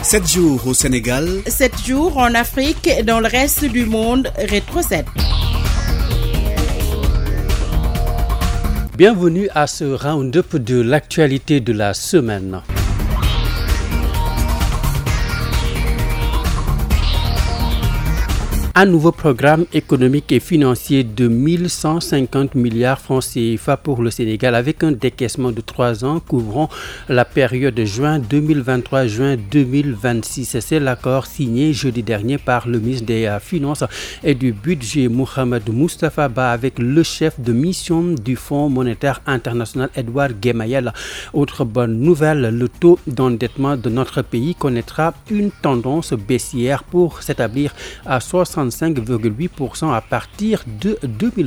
7 jours au Sénégal, 7 jours en Afrique et dans le reste du monde. Rétro 7. Bienvenue à ce round-up de l'actualité de la semaine. Un nouveau programme économique et financier de 1150 milliards francs CFA pour le Sénégal avec un décaissement de 3 ans couvrant la période juin 2023-juin 2026. C'est l'accord signé jeudi dernier par le ministre des Finances et du Budget Mohamed Moustapha Ba avec le chef de mission du Fonds monétaire international Edouard Guémayel. Autre bonne nouvelle, le taux d'endettement de notre pays connaîtra une tendance baissière pour s'établir à 65,8% à partir de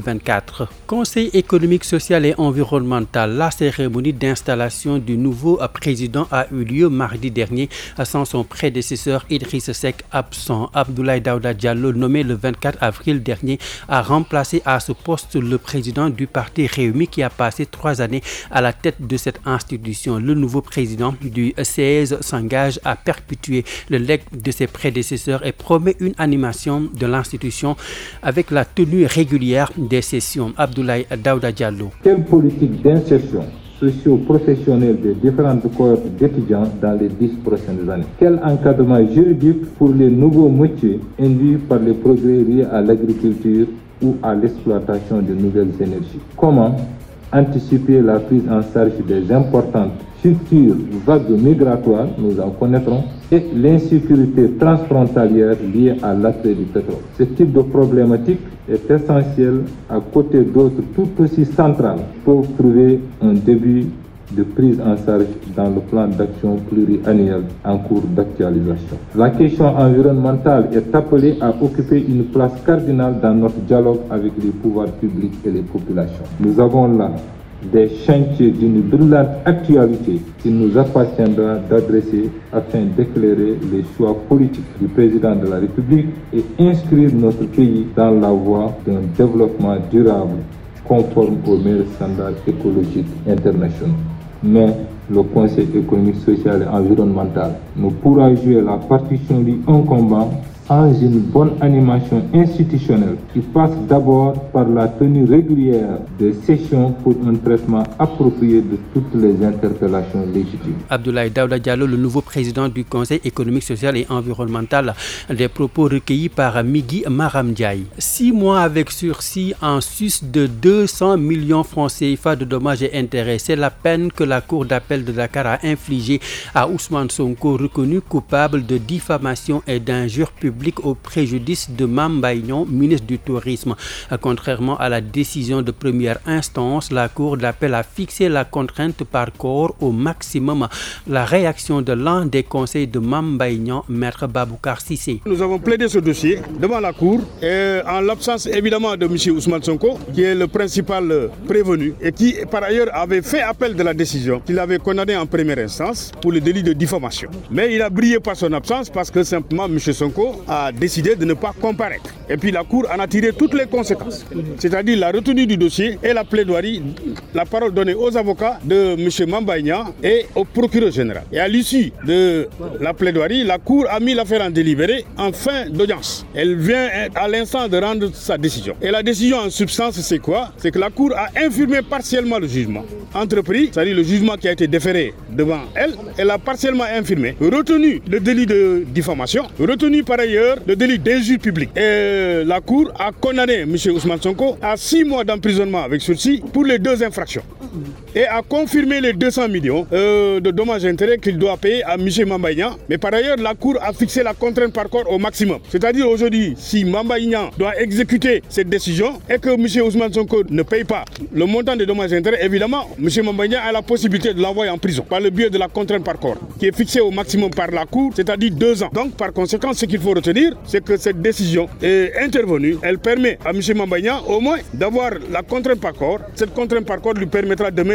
2024. Conseil économique, social et environnemental. La cérémonie d'installation du nouveau président a eu lieu mardi dernier sans son prédécesseur Idriss Seck absent. Abdoulaye Daouda Diallo, nommé le 24 avril dernier, a remplacé à ce poste le président du parti Rewmi qui a passé 3 années à la tête de cette institution. Le nouveau président du 16 s'engage à perpétuer le legs de ses prédécesseurs et promet une animation de l'institution avec la tenue régulière des sessions. Abdoulaye Daouda Diallo. Quelle politique d'insertion socio-professionnelle des différentes cohortes d'étudiants dans les 10 prochaines années? Quel encadrement juridique pour les nouveaux métiers induits par les progrès liés à l'agriculture ou à l'exploitation de nouvelles énergies? Comment anticiper la prise en charge des importantes futures vagues migratoires, nous en connaîtrons, et l'insécurité transfrontalière liée à l'attrait du pétrole. Ce type de problématique est essentiel à côté d'autres tout aussi centrales pour trouver un début de prise en charge dans le plan d'action pluriannuel en cours d'actualisation. La question environnementale est appelée à occuper une place cardinale dans notre dialogue avec les pouvoirs publics et les populations. Nous avons là des chantiers d'une brûlante actualité qu'il nous appartiendra d'adresser afin d'éclairer les choix politiques du président de la République et inscrire notre pays dans la voie d'un développement durable conforme aux meilleurs standards écologiques internationaux. Mais le Conseil économique, social et environnemental ne pourra jouer la partition lui incombant sans une bonne animation institutionnelle qui passe d'abord par la tenue régulière des sessions pour un traitement approprié de toutes les interpellations légitimes. Abdoulaye Daouda Diallo, le nouveau président du Conseil économique, social et environnemental, des propos recueillis par Migui Maram Ndiaye. 6 mois avec sursis en sus de 200 millions francs CFA de dommages et intérêts. C'est la peine que la Cour d'appel de Dakar a infligée à Ousmane Sonko, reconnu coupable de diffamation et d'injures publiques au préjudice de Mame Mbaye Niang, ministre du Tourisme. Contrairement à la décision de première instance, la Cour d'appel a fixé la contrainte par corps au maximum. La réaction de l'un des conseils de Mame Mbaye Niang, Maître Baboucar Cissé. Nous avons plaidé ce dossier devant la Cour et en l'absence évidemment de M. Ousmane Sonko, qui est le principal prévenu et qui par ailleurs avait fait appel de la décision qu'il avait condamnée en première instance pour le délit de diffamation. Mais il a brillé par son absence parce que simplement M. Sonko a décidé de ne pas comparaître. Et puis la Cour en a tiré toutes les conséquences, c'est-à-dire la retenue du dossier et la plaidoirie, la parole donnée aux avocats de M. Mame Mbaye Niang et au procureur général. Et à l'issue de la plaidoirie, la Cour a mis l'affaire en délibéré en fin d'audience. Elle vient à l'instant de rendre sa décision. Et la décision en substance, c'est quoi? C'est que la Cour a infirmé partiellement le jugement entrepris, c'est-à-dire le jugement qui a été déféré devant elle, elle a partiellement infirmé, retenu le délit de diffamation, retenu par ailleurs le délit d'injure publique. Et la Cour a condamné M. Ousmane Sonko à 6 mois d'emprisonnement avec sursis pour les 2 infractions et a confirmé les 200 millions de dommages et intérêts qu'il doit payer à M. Mame Mbaye Niang. Mais par ailleurs, la Cour a fixé la contrainte par corps au maximum. C'est-à-dire aujourd'hui, si Mame Mbaye Niang doit exécuter cette décision et que M. Ousmane Sonko ne paye pas le montant des dommages et intérêts, évidemment, M. Mame Mbaye Niang a la possibilité de l'envoyer en prison par le biais de la contrainte par corps, qui est fixée au maximum par la Cour, c'est-à-dire 2 ans. Donc, par conséquent, ce qu'il faut retenir, c'est que cette décision est intervenue. Elle permet à M. Mame Mbaye Niang au moins d'avoir la contrainte par corps. Cette contrainte par corps lui permettra demain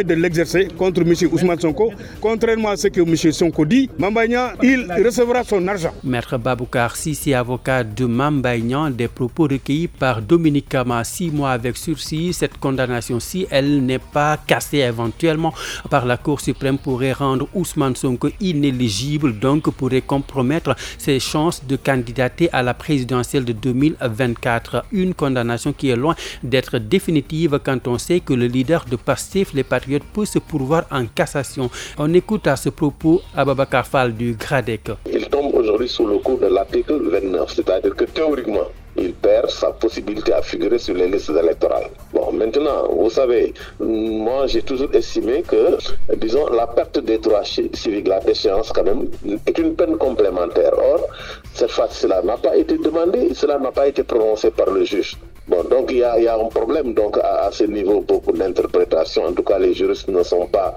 de l'exercer contre M. Ousmane Sonko. Contrairement à ce que M. Sonko dit, Mame Mbaye Niang, il recevra son argent. Maître Baboucar Cissé, avocat de Mame Mbaye Niang, des propos recueillis par Dominique Kama, 6 mois avec sursis. Cette condamnation, si elle n'est pas cassée éventuellement par la Cour suprême, pourrait rendre Ousmane Sonko inéligible, donc pourrait compromettre ses chances de candidater à la présidentielle de 2024. Une condamnation qui est loin d'être définitive quand on sait que le leader de Pastef, les Patriotes, peut se pourvoir en cassation. On écoute à ce propos Ababacar Fall du GRADEC. Il tombe aujourd'hui sous le coup de l'article 29, c'est-à-dire que théoriquement, il perd sa possibilité à figurer sur les listes électorales. Bon, maintenant, vous savez, moi j'ai toujours estimé que, disons, la perte des droits civiques, la déchéance quand même, est une peine complémentaire. Or, cette fois, cela n'a pas été demandé, cela n'a pas été prononcé par le juge. Bon, donc il y a un problème donc à ce niveau, beaucoup d'interprétations. En tout cas, les juristes ne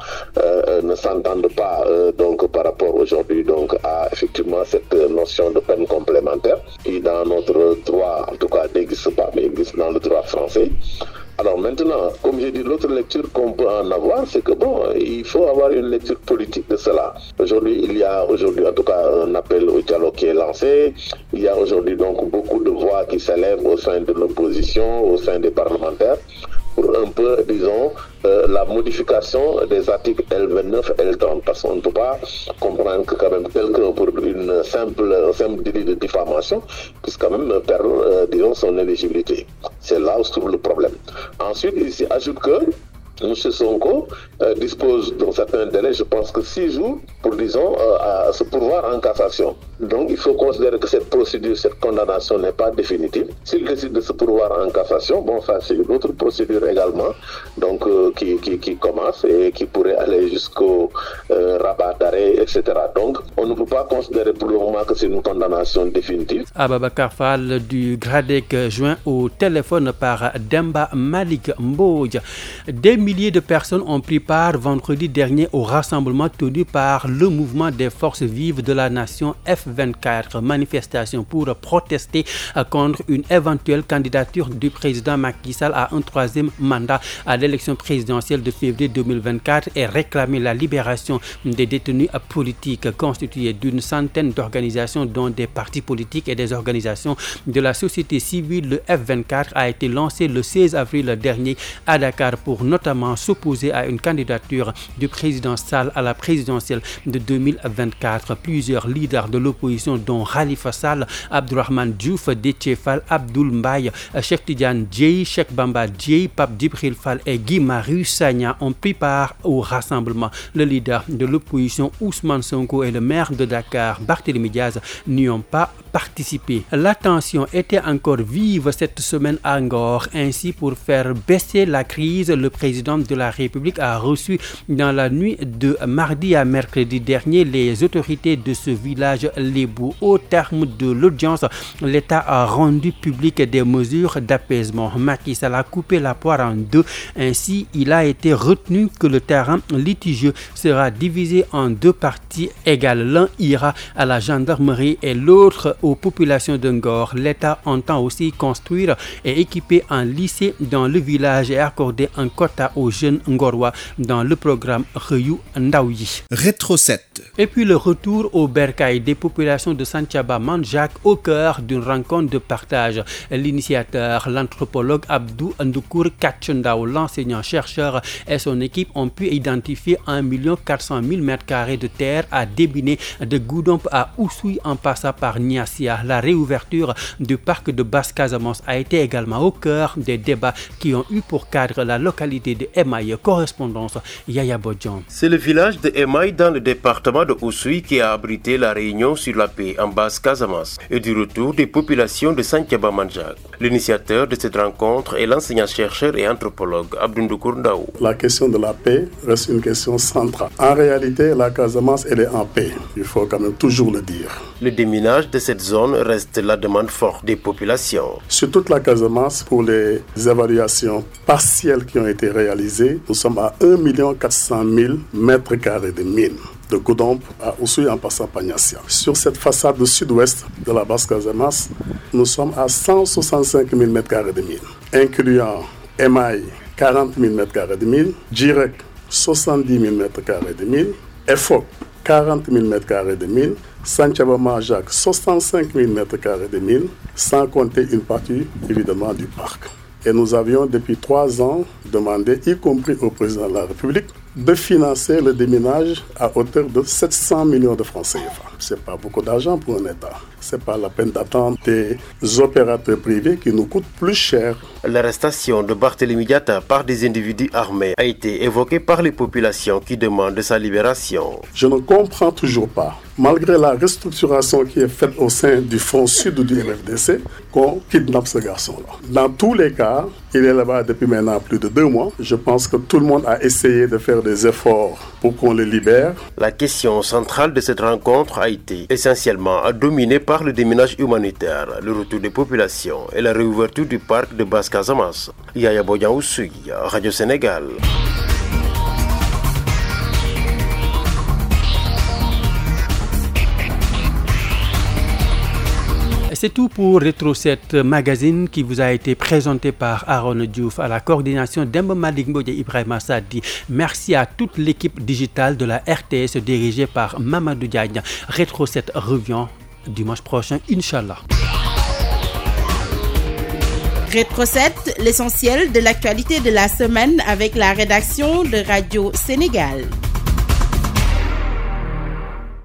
s'entendent pas donc par rapport aujourd'hui donc à effectivement cette notion de peine complémentaire qui dans notre droit en tout cas n'existe pas, mais existe dans le droit français. Alors maintenant, comme j'ai dit, l'autre lecture qu'on peut en avoir, c'est que bon, il faut avoir une lecture politique de cela. Aujourd'hui, il y a en tout cas un appel au dialogue qui est lancé. Il y a aujourd'hui donc beaucoup de voix qui s'élèvent au sein de l'opposition, au sein des parlementaires, pour un peu, disons, la modification des articles L29 et L30. Parce qu'on ne peut pas comprendre que quand même quelqu'un pour un simple délit de diffamation puisse quand même perdre, disons, son éligibilité. C'est là où se trouve le problème. Ensuite, il s'y ajoute que M. Sonko dispose d'un certain délai, je pense que 6 jours, pour, disons, à se pourvoir en cassation. Donc, il faut considérer que cette procédure, cette condamnation n'est pas définitive. S'il décide de se pourvoir en cassation, bon, ça c'est une autre procédure également, donc qui commence et qui pourrait aller jusqu'au rabat d'arrêt, etc. Donc, on ne peut pas considérer pour le moment que c'est une condamnation définitive. Ababacar Fall du GRADEC, joint au téléphone par Demba Malik Mbodj. Des milliers de personnes ont pris part vendredi dernier au rassemblement tenu par le mouvement des forces vives de la nation F24, manifestation pour protester contre une éventuelle candidature du président Macky Sall à un 3e mandat à l'élection présidentielle de février 2024 et réclamer la libération des détenus politiques constitués d'une centaine d'organisations dont des partis politiques et des organisations de la société civile. Le F24 a été lancé le 16 avril dernier à Dakar pour notamment s'opposer à une candidature du président Sall à la présidentielle de 2024. Plusieurs leaders de l'opposition dont Khalifa Sall, Abdourahmane Diouf, Déthié Fall, Abdoul Mbaye, Cheikh Tidiane Dièye, Cheikh Bamba Dièye, Pape Djibril Fall et Guy Marius Sagna ont pris part au rassemblement. Le leader de l'opposition Ousmane Sonko et le maire de Dakar, Barthélémy Diaz, n'y ont pas participé. La tension était encore vive cette semaine à Ngor. Ainsi, pour faire baisser la crise, le président de la République a reçu dans la nuit de mardi à mercredi dernier les autorités de ce village lébou. Au terme de l'audience, l'État a rendu public des mesures d'apaisement. Macky Sall a coupé la poire en deux. Ainsi, il a été retenu que le terrain litigieux sera divisé en 2 parties égales. L'un ira à la gendarmerie et l'autre aux populations de Ngor. L'État entend aussi construire et équiper un lycée dans le village et accorder un quota aux jeunes Ngorois dans le programme Xëyu Ndaw Yi. Rétro 7. Et puis le retour au bercail des populations de Santhiaba Manjak au cœur d'une rencontre de partage. L'initiateur, l'anthropologue Abdou Ndoukour Katchendaou, l'enseignant-chercheur et son équipe ont pu identifier 1 400 000 m² de terre à débiner de Goudomp à Oussouye en passant par Niassia. La réouverture du parc de Basse-Casamance a été également au cœur des débats qui ont eu pour cadre la localité de Emaï. Correspondance Yaya Bodjan. C'est le village de Emaï dans le département de Oussouye qui a abrité la réunion sur la paix en Basse-Casamance et du retour des populations de Santhiaba Manjak. L'initiateur de cette rencontre est l'enseignant-chercheur et anthropologue Abdou Ndoukour Ndaou. La question de la paix reste une question centrale. En réalité, la Casamance, elle est en paix. Il faut quand même toujours le dire. Le déminage de cette zone reste la demande forte des populations. Sur toute la Casamance, pour les évaluations partielles qui ont été réalisées, nous sommes à 1 400 000 m² de mines. De Goudomp à Oussouye en passant par Niassia. Sur cette façade du sud-ouest de la Basse-Casamance, nous sommes à 165 000 m² de mines, incluant Emaï, 40 000 m² de mines, Djirek, 70 000 m² de mines, EFOC 40 000 m² de mines, Santhiaba Manjak 65 000 m² de mines, sans compter une partie évidemment du parc. Et nous avions depuis 3 ans demandé, y compris au président de la République, de financer le déminage à hauteur de 700 millions de francs CFA. Ce n'est pas beaucoup d'argent pour un État. Ce n'est pas la peine d'attendre des opérateurs privés qui nous coûtent plus cher. L'arrestation de Barthélémy Diatta par des individus armés a été évoquée par les populations qui demandent sa libération. Je ne comprends toujours pas, malgré la restructuration qui est faite au sein du front sud du MFDC, qu'on kidnappe ce garçon-là. Dans tous les cas, il est là-bas depuis maintenant plus de 2 mois. Je pense que tout le monde a essayé de faire des efforts pour qu'on le libère. La question centrale de cette rencontre a été essentiellement dominée par le déminage humanitaire, le retour des populations et la réouverture du parc de Basse-Casamance. Yaya Bodian Oussouy, Radio Sénégal. C'est tout pour Rétro 7 Magazine qui vous a été présenté par Aaron Diouf à la coordination d'Emba Malik Mbodje Ibrahima Sadi. Merci à toute l'équipe digitale de la RTS dirigée par Mamadou Diagne. Rétro 7 revient dimanche prochain, Inch'Allah. Rétro 7, l'essentiel de l'actualité de la semaine avec la rédaction de Radio Sénégal.